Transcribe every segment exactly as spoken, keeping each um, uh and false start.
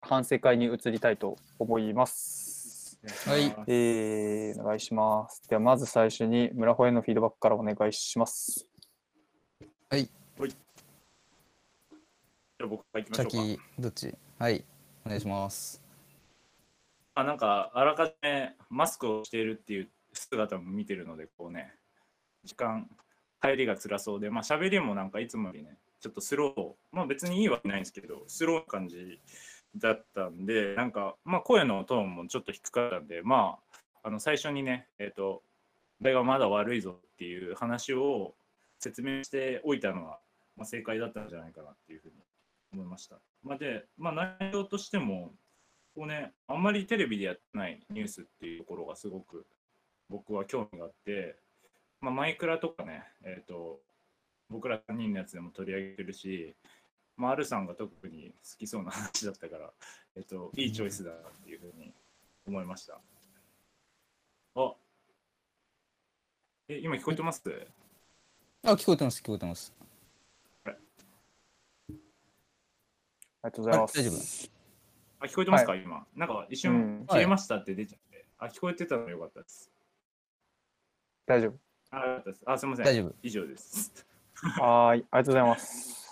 反省会に移りたいと思います。 はい。 えー、お願いします。ではまず最初に村穂へのフィードバックからお願いします。 はい。 はい。じゃあ僕から行きましょうか。 先どっち？はい。お願いします。 あ、なんかあらかじめマスクをしているっていう姿も見てるので、こうね、時間入りが辛そうで、まあ喋りもなんかいつもよりね、ちょっとスロー、まあ別にいいわけないんですけど、スローな感じだったんで、なんかまあ声のトーンもちょっと低かったんで、まああの最初にね、えっと、これがまだ悪いぞっていう話を説明しておいたのは、まあ、正解だったんじゃないかなっていうふうに思いました。まあ、で、まあ、内容としても、こうね、あんまりテレビでやってないニュースっていうところがすごく僕は興味があって、まあ、マイクラとかね、えっと、僕らさんにんのやつでも取り上げてるし、まあ、R さんが特に好きそうな話だったから、えっと、いいチョイスだなっていうふうに思いました。あ、え、今聞こえてます？ あ、聞こえてます、聞こえてます。 ありがとうございます。 大丈夫？ あ、聞こえてますか、 はい、 今。なんか一瞬切れましたって出ちゃって。はい、あ、聞こえてたのよかったです。 大丈夫。 あ、よかったです。あ、すみません。 大丈夫。 以上です。 はい、ありがとうございます。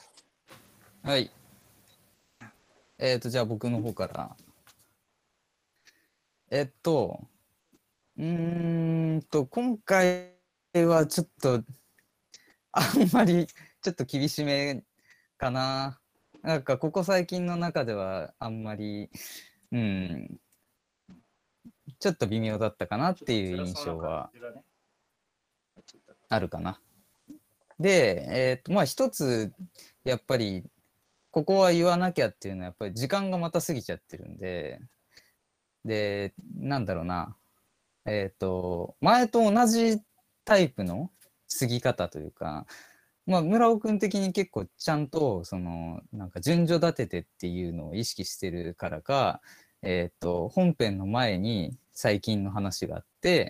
はい。えっと、じゃあ僕の方から。えっと、うーんと、今回はちょっと、あんまりちょっと厳しめかな。なんかここ最近の中ではあんまり、うん、ちょっと微妙だったかなっていう印象はあるかな。で、えっと、まあ一つ、やっぱり、ここは言わなきゃっていうのは、やっぱり時間がまた過ぎちゃってるんで、で、なんだろうな、えっと、前と同じタイプの過ぎ方というか、まあ、村尾君的に結構ちゃんと、その、なんか順序立ててっていうのを意識してるからか、えっと、本編の前に最近の話があって、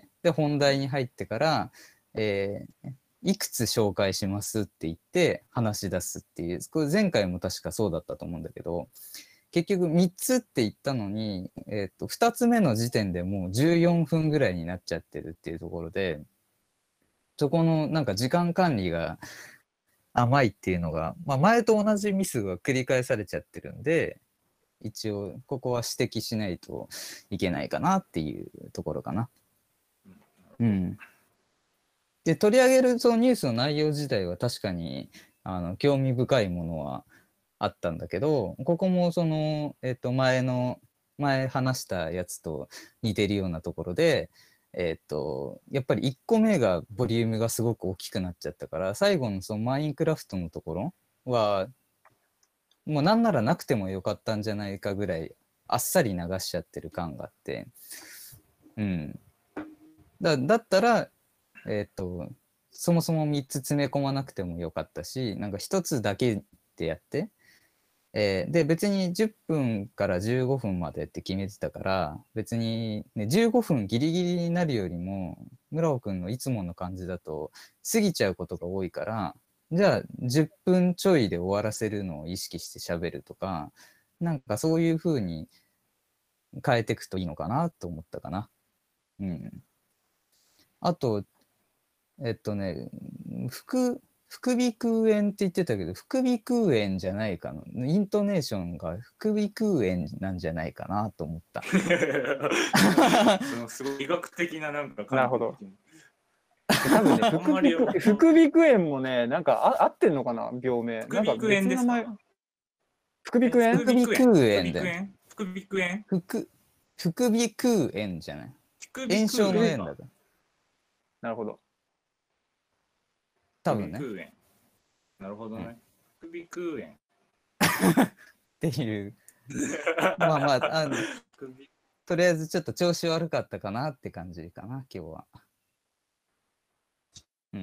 で、本題に入ってから、えーいくつ紹介しますって言って話し出すっていう、これ前回も確かそうだったと思うんだけど、結局みっつって言ったのに、えー、とふたつめの時点でもうじゅうよんふんぐらいになっちゃってるっていうところで、そこのなんか時間管理が甘いっていうのが、まあ、前と同じミスが繰り返されちゃってるんで、一応ここは指摘しないといけないかなっていうところかな。うん。で、取り上げるそのニュースの内容自体は確かにあの興味深いものはあったんだけど、ここもその、えっと、前の、前話したやつと似てるようなところで、えっと、やっぱりいっこめがボリュームがすごく大きくなっちゃったから、最後のそのマインクラフトのところは、もうなんならなくてもよかったんじゃないかぐらい、あっさり流しちゃってる感があって、うん。だ、だったら、えっと、そもそもみっつ詰め込まなくてもよかったし、なんかひとつだけでやって、えー、で別にじゅっぷんからじゅうごふんまでって決めてたから、別に、ね、じゅうごふんギリギリになるよりも村尾くんのいつもの感じだと過ぎちゃうことが多いから、じゃあじゅっぷんちょいで終わらせるのを意識して喋るとか、なんかそういう風に変えていくといいのかなと思ったかな。うん。あと、えっとね、副副鼻腔炎って言ってたけど、副鼻腔炎じゃないかな。イントネーションが副鼻腔炎なんじゃないかなと思った。 そのすごい医学的ななんかなるほど。 多分ね、副鼻腔副鼻腔炎もね、なんかあ合ってんのかな、病名。 副鼻腔炎ですか？ 副鼻腔炎？ 副鼻腔炎で。 副鼻腔炎？ 副副鼻腔炎じゃない。炎症の炎だから。 なるほど。 多分ね。 なるほどね。副鼻腔炎。 っていう。まあまあ、あのとりあえずちょっと調子悪かったかなって感じかな、今日は。うん。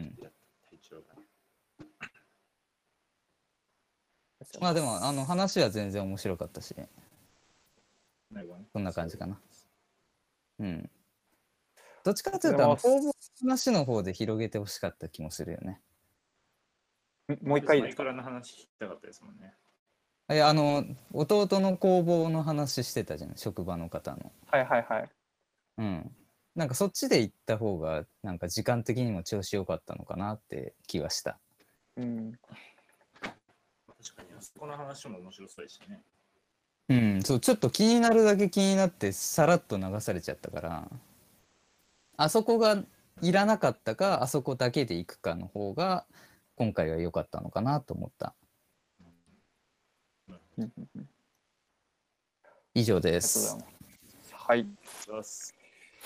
まあでも、あの話は全然面白かったし。こんな感じかな。うん。どっちかというと、あの工房の話の方で広げてほしかった気もするよね。 もう一回いいですか？ マイクラの話聞きたかったですもんね。 え、あの、弟の工房の話してたじゃん、職場の方の。 はいはいはい。 うん。なんかそっちで行った方が、なんか時間的にも調子良かったのかなって気がした。 うん。 確かに、あそこの話も面白そうでしたね。 うん、そう、ちょっと気になるだけ気になって、さらっと流されちゃったから、あそこがいらなかったか、あそこだけで行くかの方が、今回は良かったのかなと思った。 うんうんうん、 以上でありがとうござす。 います。はい。 そうっす。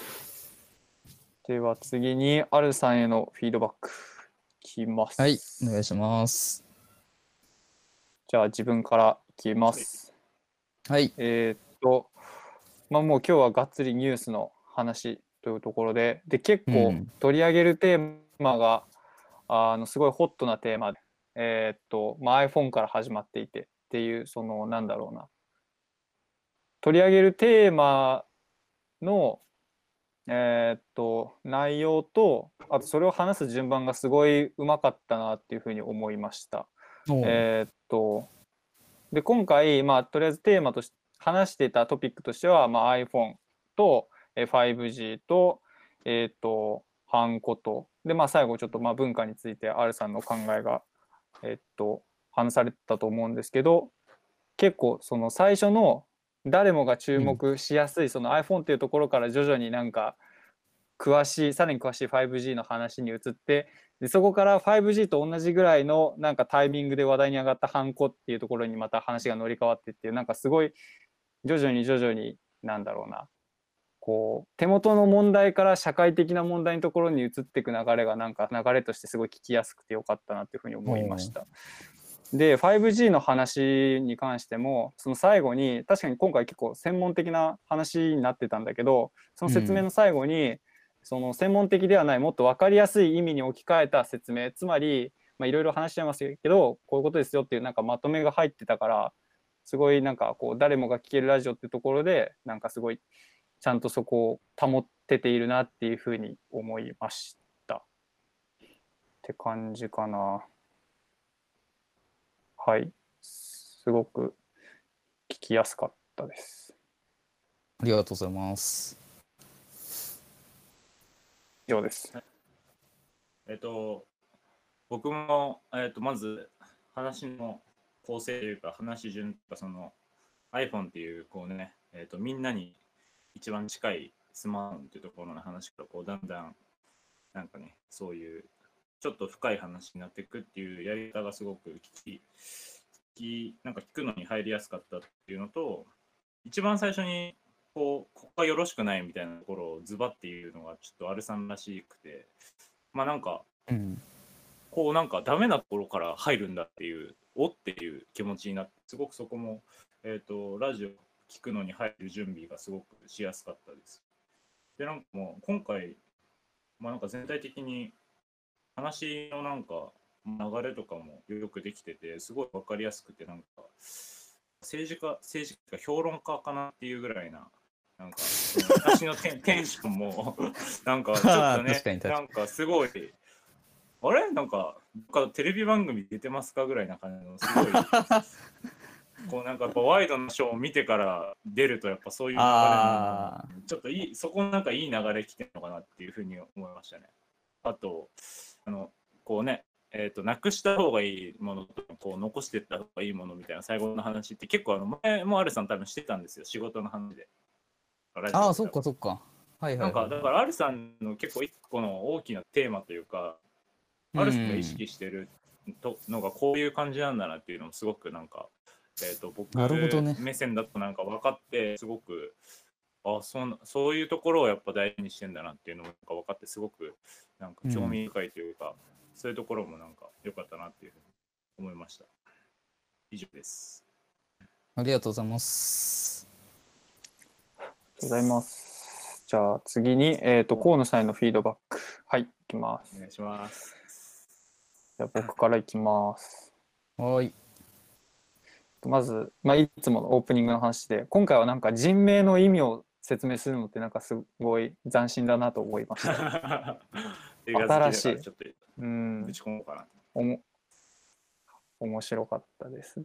では次に、アルさんへのフィードバックいきます。 はい、お願いします。 じゃあ自分からいきます。 はい。 えーっと、まあもう今日はがっつりニュースの話というところで、で結構うん。 取り上げるテーマが、あのすごいホットなテーマで、えーっと、まあ、iPhone から始まっていてっていう、そのなんだろうな、取り上げるテーマの、えーっと、内容と、あとそれを話す順番がすごいうまかったなっていうふうに思いました。 おう。 えーっと、で、今回、まあ、とりあえずテーマとして話していたトピックとしては、まあ、iPhone とえー ファイブジー と、えっと、ハンコと、で、まあ、最後ちょっとまあ文化について R さんの考えが、えっと、話されたと思うんですけど、結構その最初の誰もが注目しやすいその iPhone っていうところから徐々になんか詳しいさらに詳しい ファイブジー の話に移って、でそこから ファイブジー と同じぐらいのなんかタイミングで話題に上がったハンコっていうところにまた話が乗り換わってっていう、なんかすごい徐々に徐々になんだろうな、こう手元の問題から社会的な問題のところに移っていく流れがなんか流れとしてすごい聞きやすくてよかったなっていうふうに思いました。で ファイブジー の話に関してもその最後に確かに今回結構専門的な話になってたんだけど、その説明の最後に、うん、その専門的ではないもっと分かりやすい意味に置き換えた説明、つまりいろいろ話しちゃいますけどこういうことですよっていうなんかまとめが入ってたから、すごいなんかこう誰もが聞けるラジオっていうところでなんかすごいちゃんとそこを保ってているなっていうふうに思いましたって感じかな。はい、すごく聞きやすかったです。 ありがとうございます。 以上です。 えっと、僕も、えっと、まず話の構成というか話順とかその iPhone っていうこうね、えっと、みんなに一番近いスマートフォンっていうところの話からこうだんだんなんかね、そういうちょっと深い話になっていくっていうやり方がすごく聞き、聞きなんか聞くのに入りやすかったっていうのと、一番最初にこうここがよろしくないみたいなところをズバっていうのがちょっとアルさんらしくて、まあなんか、 うん、 こうなんかダメなところから入るんだっていうおっていう気持ちになって、すごくそこも、えーと、ラジオ聞くのに入る準備がすごくしやすかったです。でなんかもう今回、まあ、なんか全体的に話のなんか流れとかもよくできてて、すごい分かりやすくて、なんか政治家政治家評論家かなっていうぐらいな、なんか私のテンテンションもなんかちょっとねなんかすごいあれなんかテレビ番組出てますかぐらいな感じのすごいこうなんかやっぱワイドなショーを見てから出るとやっぱそういう流れのちょっといい、そこなんかいい流れ来てるのかなっていうふうに思いましたね。あとあのこうねえー、となくした方がいいものとこう残していった方がいいものみたいな最後の話って結構あの前もアルさん多分してたんですよ、仕事の話で。 ああ、そっかそっか。はいはい、はい、 なんかだからアルさんの結構一個の大きなテーマというか、アルさんが意識してるとのがこういう感じなんだなっていうのもすごくなんか、えー、と僕目線だとなんか分かってすごくあ そ, そういうところをやっぱ大事にしてんだなっていうのもなんか分かってすごくなんか興味深いというか、うん、そういうところもなんか良かったなっていうふうに思いました。以上です。 ありがとうございます。 ありがとうございます。じゃあ次に、えー、と河野さんへのフィードバック、はい、いきます。 お願いします。 じゃあ僕からいきます。 はい。 まず、まあ、いつものオープニングの話で、今回はなんか人名の意味を説明するのってなんかすごい斬新だなと思いました。新しい。うん。おも面白かったです。で、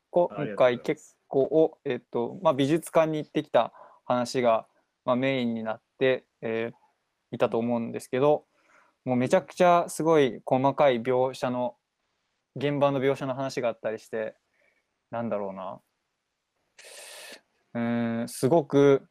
こありがとうござい今回ます結構、えっとまあ、美術館に行ってきた話が、まあ、メインになって、えーいたと思うんですけど、もうめちゃくちゃすごい細かい描写の現場の描写の話があったりして、なんだろうな、うーんすごく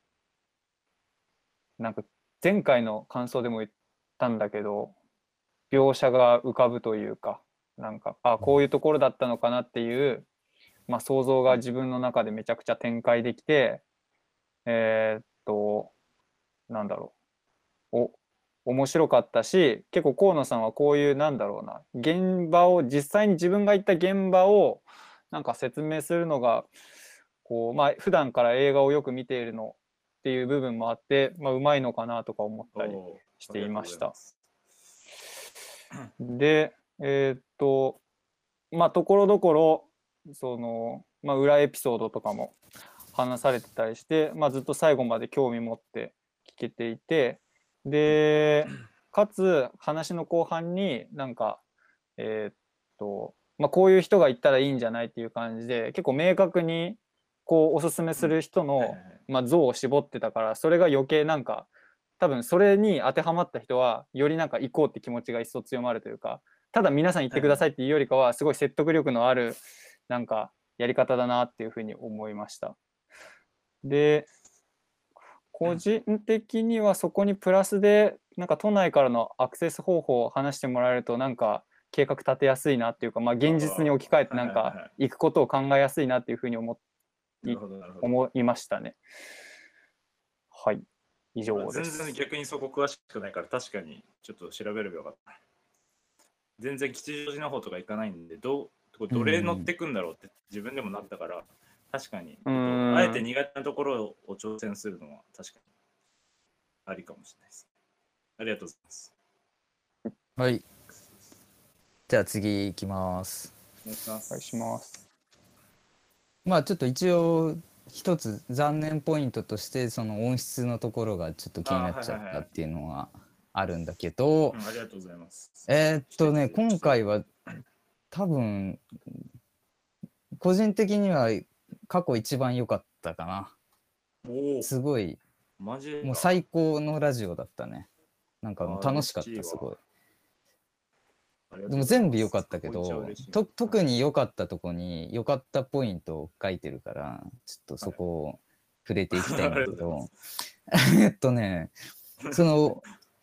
なんか前回の感想でも言ったんだけど、描写が浮かぶというか、なんかあこういうところだったのかなっていう、まあ、想像が自分の中でめちゃくちゃ展開できて、えーっとなんだろう、お面白かったし、結構河野さんはこういうなんだろうな、現場を実際に自分が行った現場をなんか説明するのがこう、まあ普段から映画をよく見ているのっていう部分もあって、まあ、うまいのかなとか思ったりおーしていました。 ありがとうございます。 で、えーっとまあところどころその、まあ、裏エピソードとかも話されてたりして、まあ、ずっと最後まで興味持って聞けていて、でかつ話の後半になんかえーっと、まあ、こういう人が行ったらいいんじゃないっていう感じで結構明確にこうおすすめする人の、 はいはいはいまあ、像を絞ってたから、それが余計なんか多分それに当てはまった人はよりなんか行こうって気持ちが一層強まるというか、ただ皆さん行ってくださいっていうよりかはすごい説得力のあるなんかやり方だなっていうふうに思いました。で個人的にはそこにプラスでなんか都内からのアクセス方法を話してもらえるとなんか計画立てやすいなっていうか、まあ、現実に置き換えてなんか行くことを考えやすいなっていうふうに思なるほどなるほど。 思いましたね。はい、以まあ全上です。 然逆にそこ詳しくないから確かにちょっと調べればよかった。全然吉祥寺の方とか行かないんで、どうどれ乗ってくんだろうって自分でもなったから、確かにちょっとあえて苦手なところを挑戦するのは確かにありかもしれないです。ありがとうございます。 はい。じゃあ次いきます。 お願いします。 お願いします。 まあちょっと一応一つ残念ポイントとしてその音質のところがちょっと気になっちゃったっていうのはあるんだけど、 うん、ありがとうございます。 えーっとね今回は多分個人的には過去一番良かったかな。 おすごいマジもう最高のラジオだったね。なんかもう楽しかっあー嬉しいわたすごい。 ありがとでもうございます全部良かったけこいつはど嬉しいと特に良かったとこに良かったポイントを書いてるからちょっとそこを触れていきたいんだけどえっとねその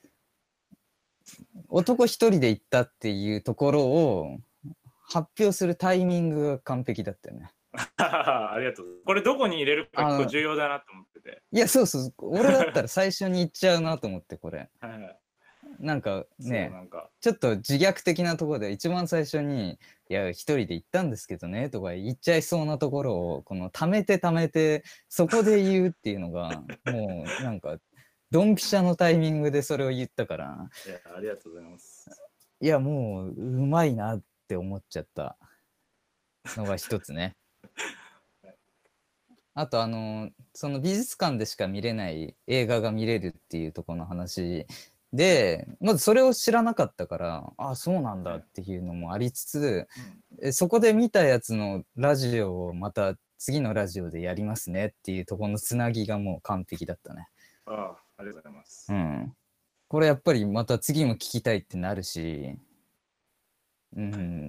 男一人で行ったっていうところを発表するタイミングが完璧だったよね。 ありがとう。これどこに入れるかあの結構重要だなと思ってて。 いやそうそう俺だったら最初に言っちゃうなと思ってこれはいはいなんかそうねなんかちょっと自虐的なところで一番最初に「いや一人で行ったんですけどね」とか言っちゃいそうなところをこの貯めて貯めてそこで言うっていうのがもうなんかドンピシャのタイミングでそれを言ったからいやありがとうございます。 いやもううまいなって思っちゃったのが一つね。あとあのその美術館でしか見れない映画が見れるっていうところの話でまずそれを知らなかったからあそうなんだっていうのもありつつ、 うん、 そこで見たやつのラジオをまた次のラジオでやりますねっていうところのつなぎがもう完璧だったね。 ああ、ありがとうございます。 うん、これやっぱりまた次も聞きたいってなるし、うん、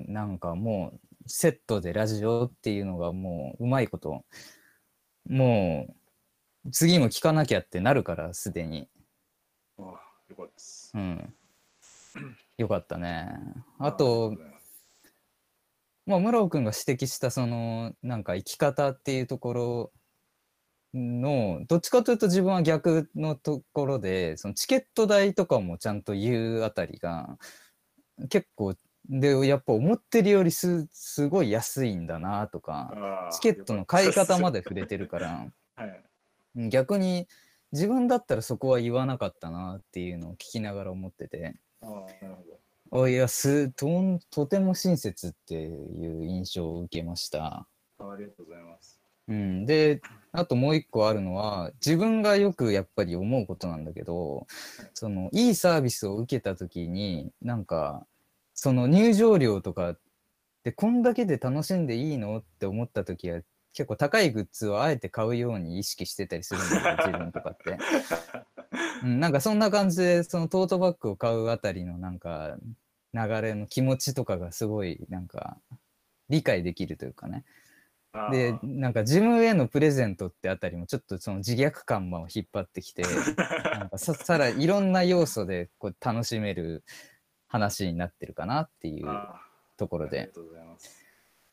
なんかもうセットでラジオっていうのがもううまいこともう次も聞かなきゃってなるからすでに。 ああ、よかったです。 うん、よかったね。あとまあ室尾君が指摘したそのなんか生き方っていうところのどっちかというと自分は逆のところでそのチケット代とかもちゃんと言うあたりが結構でやっぱ思ってるよりすすごい安いんだなとかチケットの買い方まで触れてるから、 はい、 逆に自分だったらそこは言わなかったなっていうのを聞きながら思ってて、 ああ、なるほど。いやす と, とても親切っていう印象を受けました。 ありがとうございます。 うん、であともう一個あるのは自分がよくやっぱり思うことなんだけど、そのいいサービスを受けた時になんかその入場料とかで、こんだけで楽しんでいいのって思った時は、結構高いグッズをあえて買うように意識してたりするんだけど、自分とかって。うん、なんかそんな感じで、そのトートバッグを買うあたりのなんか流れの気持ちとかがすごいなんか理解できるというかね。で、なんか自分へのプレゼントってあたりもちょっとその自虐感も引っ張ってきて、なんかささらいろんな要素でこう楽しめる話になってるかなっていうところで。 ありがとうございます。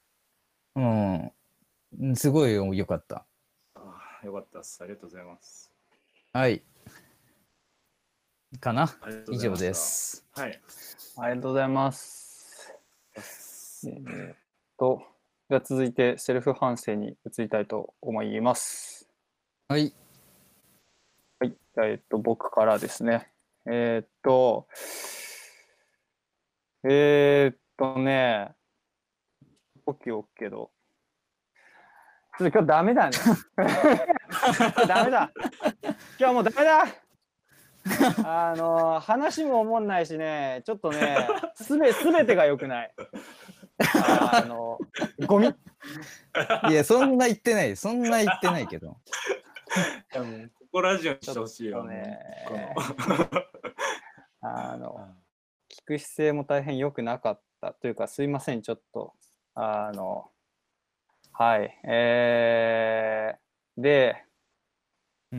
うん、すごい良かった。 あよかったです。ありがとうございます。 はい。かな。以上以上です。 はい。 ありがとうございます。えー、っと、では続いてセルフ反省に移りたいと思います。 はい。 はい。えー、っと、僕からですね。えー、っと、えー、っとね、オッケーオッケーど。ちょっと今日ダメだね。ダメだ。今日もうダメだ。あの話も思んないしね、ちょっとね、すべすべてが良くない。あのゴミ。 いや、そんな言ってない、そんな言ってないけど。 いやもうここラジオにしてほしいよね。 こあの聞く姿勢も大変良くなかったというか、すいません、ちょっとあのはい、えー、で、 うん。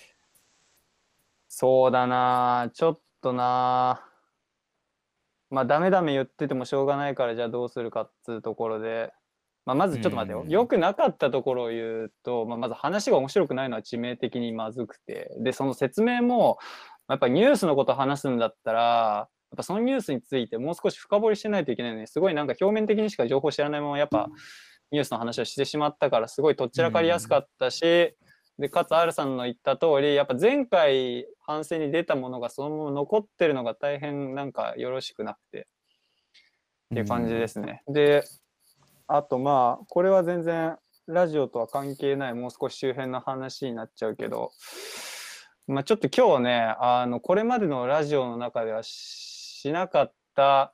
そうだな、ちょっとな、まあダメダメ言っててもしょうがないから、じゃあどうするかっつうところで、まあ、まずちょっと待ってよ、良くなかったところを言うと、まあ、まず話が面白くないのは致命的にまずくて、でその説明もやっぱニュースのことを話すんだったら、やっぱそのニュースについてもう少し深掘りしてないといけないのに、すごいなんか表面的にしか情報知らないままやっぱニュースの話をしてしまったから、すごいとっちらかりやすかったし、でかつ R さんの言った通り、やっぱ前回反省に出たものがそのまま残ってるのが大変なんかよろしくなくてっていう感じですね。であとまあこれは全然ラジオとは関係ないもう少し周辺の話になっちゃうけど、まあ、ちょっと今日ね、あのこれまでのラジオの中ではしなかった、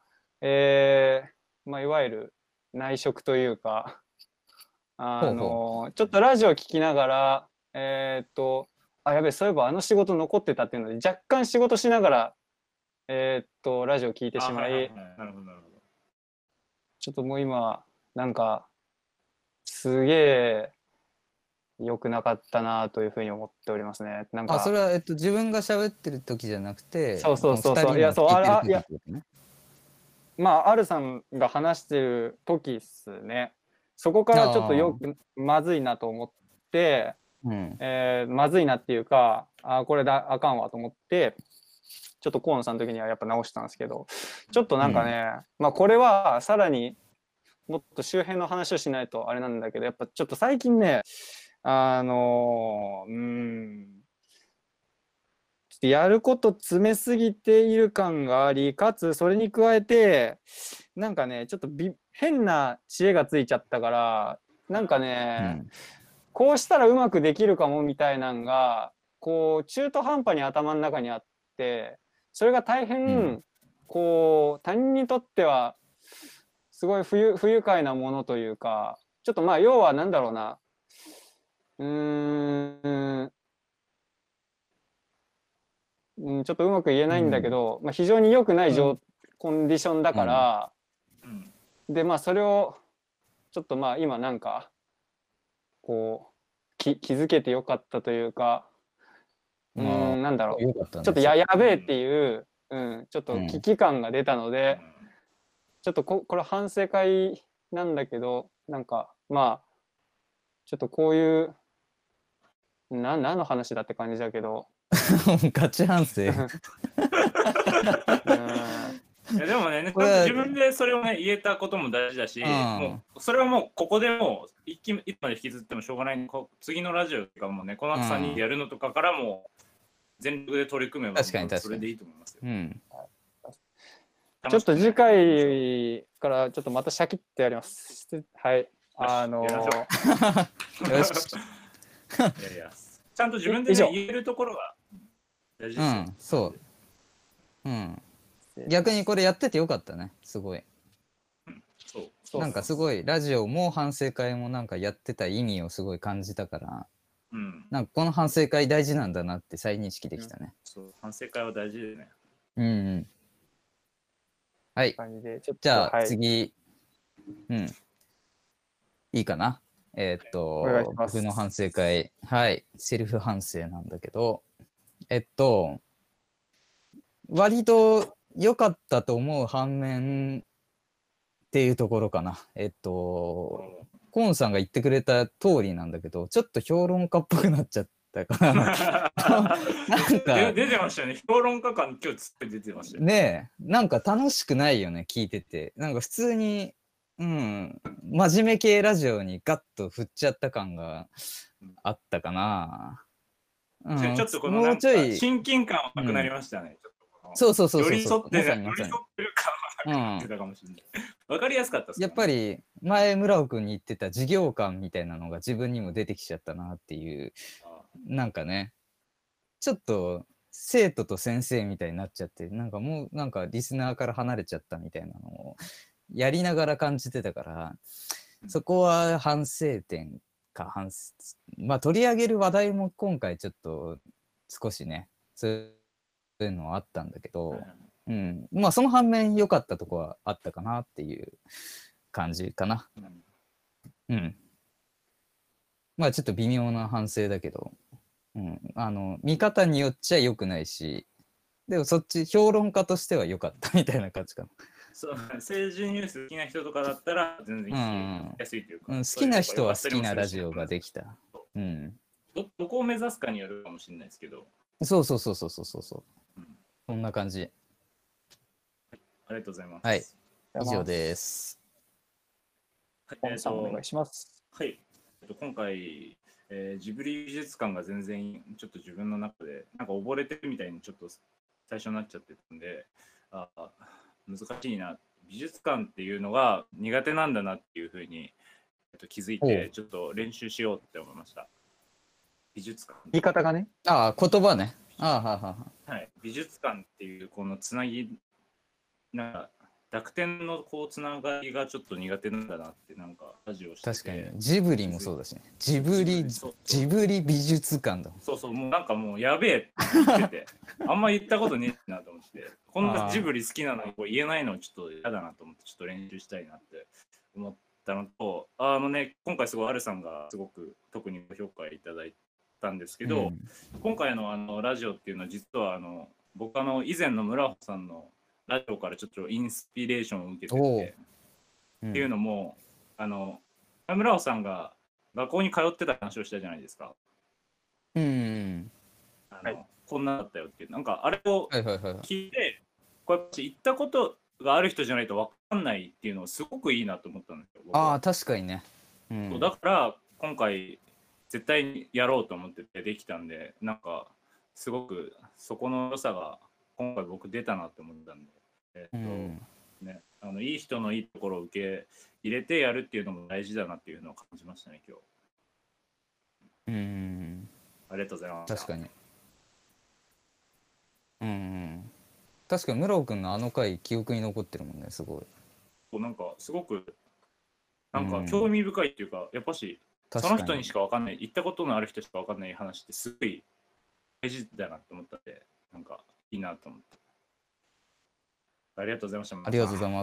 えーまあ、いわゆる内職というか、あのほうほうちょっとラジオ聞きながらえー、っとあやべえそういえばあの仕事残ってたっていうので若干仕事しながらえー、っとラジオ聞いてしまい、ちょっともう今なんかすげえ良くなかったなというふうに思っておりますね。なんかあ、それは、えっと、自分が喋ってる時じゃなくて、 そうそうそうそう、 いや、そう、あ、いや、 まあ、R さんが話してる時っすね。そこからちょっとよくまずいなと思って、 うん、 えー、まずいなっていうか、あこれだあかんわと思って、ちょっと河野さんの時にはやっぱ直したんですけど、ちょっとなんかね、うん、まあこれはさらにもっと周辺の話をしないとあれなんだけど、やっぱちょっと最近ね、あのー、うーんちょっとやること詰めすぎている感があり、かつそれに加えてなんかねちょっとび変な知恵がついちゃったから、なんかね、うん、こうしたらうまくできるかもみたいなんがこう中途半端に頭の中にあって、それが大変、うん、こう他人にとってはすごい不愉、不愉快なものというか、ちょっとまあ要はなんだろうな、うーんうん、ちょっとうまく言えないんだけど、うん、まあ、非常に良くない状、うん、コンディションだから、うん、でまあそれをちょっとまあ今なんかこうき気づけてよかったというか、うん、なんだろう、ね、ちょっと や, やべえっていう、うん、ちょっと危機感が出たので、うん、ちょっと こ, これ反省会なんだけど、なんかまあちょっとこういうな何の話だって感じだけどガチ反省。 いやでもね、自分でそれをね言えたことも大事だし、もうそれはもうここでもういつまで引きずってもしょうがない。次のラジオとかもね、この後さんにんでやるのとかからも全力で取り組めばそれでいいと思いますよ。うん、 ちょっと次回からちょっとまたシャキッてやります。はい。あのー、 よし。いやいや、ちゃんと自分で、ね、言えるところが大事ですよ。うん、 そう。うん。逆にこれやっててよかったね、すごい。 うん、そう、 そうなんかすごいラジオも反省会もなんかやってた意味をすごい感じたから、 うん、 なんかこの反省会大事なんだなって再認識できたね。 そう反省会は大事でね。 うんうん。はい。 感じで、ちょっと、 じゃあはい、 次、うん。いいかな。えーっお願いしと、 ます。 僕の反省会、はい、セルフ反省なんだけど、えっと、割と良かったと思う反面っていうところかな。えっと、コーンさんが言ってくれた通りなんだけど、ちょっと評論家っぽくなっちゃったから、なんか、 で出てましたよね。評論家感今日つって出てましたよね。 ねえ、なんか楽しくないよね、聞いてて。なんか普通に、うん、真面目系ラジオにガッと振っちゃった感があったかな。うん、 ちょっとこのもなんかうちょい、 親近感はなくなりましたね。ちょっとこのそうそうそう寄そうそう、 り添ってね、 まさにまさに。 寄り添ってる感はなくなってたかもしれない。わかりやすかったですかやっぱり前村尾君に言ってた事業感みたいなのが自分にも出てきちゃったなっていう、なんかね、ちょっと生徒と先生みたいになっちゃって、なんかもうなんかリスナーから離れちゃったみたいなのをやりながら感じてたから、そこは反省点か反省、まあ取り上げる話題も今回ちょっと少しね、そういうのはあったんだけど、うん、まあその反面良かったとこはあったかなっていう感じかな。うん。まあちょっと微妙な反省だけど、うん、あの見方によっちゃ良くないし、でもそっち評論家としては良かったみたいな感じかな。 そう政治ニュース好きな人とかだったら全然聞きやすいというか、 うん、好きな人は好きなラジオができた。うん。 どどこを目指すかによるかもしれないですけど。 そうそうそうそうそうそう。 うん、 そんな感じ。 ありがとうございます。 はい。以上です。 はい、えーと、お願いします。 はい。えっと、今回、えー、ジブリ美術館が全然ちょっと自分の中でなんか溺れてるみたいにちょっと最初になっちゃってたんで、あ難しいな。美術館っていうのが苦手なんだなっていうふうに、えっと、気づいて、ちょっと練習しようって思いました。美術館。 言い方がね。 ああ、言葉ね。ああ、ははは。 はい。美術館っていうこのつなぎ、なんか濁点のこうつながりがちょっと苦手なんだなってなんかラジオしてて。 確かにジブリもそうだしね。ジブリジブリ美術館だもん。 そうそう、もうなんかもうやべえって言っててあんま言ったことねえなと思ってこんなジブリ好きなのにこう言えないのちょっと嫌だなと思ってちょっと練習したいなって思ったのと、あのね今回すごいアルさんがすごく特にご評価いただいたんですけど、うん、今回のあのラジオっていうのは実はあの僕あの以前の村穂さんのラジオからちょっとインスピレーションを受けてて、うん、っていうのもあの村尾さんが学校に通ってた話をしたじゃないですか。 うん。 あの、はい、こんなだったよってなんかあれを聞いて、こうやって行ったことがある人じゃないと分かんないっていうのをすごくいいなと思ったんですよ。 ああ確かにね。 うん、だから今回絶対にやろうと思っててできたんで、なんかすごくそこの良さが今回僕出たなって思ったんで。えっとうんね、あのいい人のいいところを受け入れてやるっていうのも大事だなっていうのを感じましたね今日。 うん。 ありがとうございます。 確かに。うん。確かに村尾くんのあの回記憶に残ってるもんねすごい。 なんかすごくなんか興味深いっていうか、うん、やっぱしその人にしか分かんない行ったことのある人しか分かんない話ってすごい大事だなって思ったんでなんかいいなと思って。ありがとうございました。 ありがとうございます。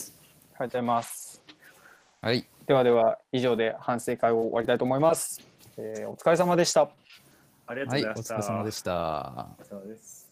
ありがとうございます。 はい。 ではでは以上で反省会を終わりたいと思います。えー、お疲れ様でした。 ありがとうございました。 はい、お疲れ様でした。 お疲れ様です。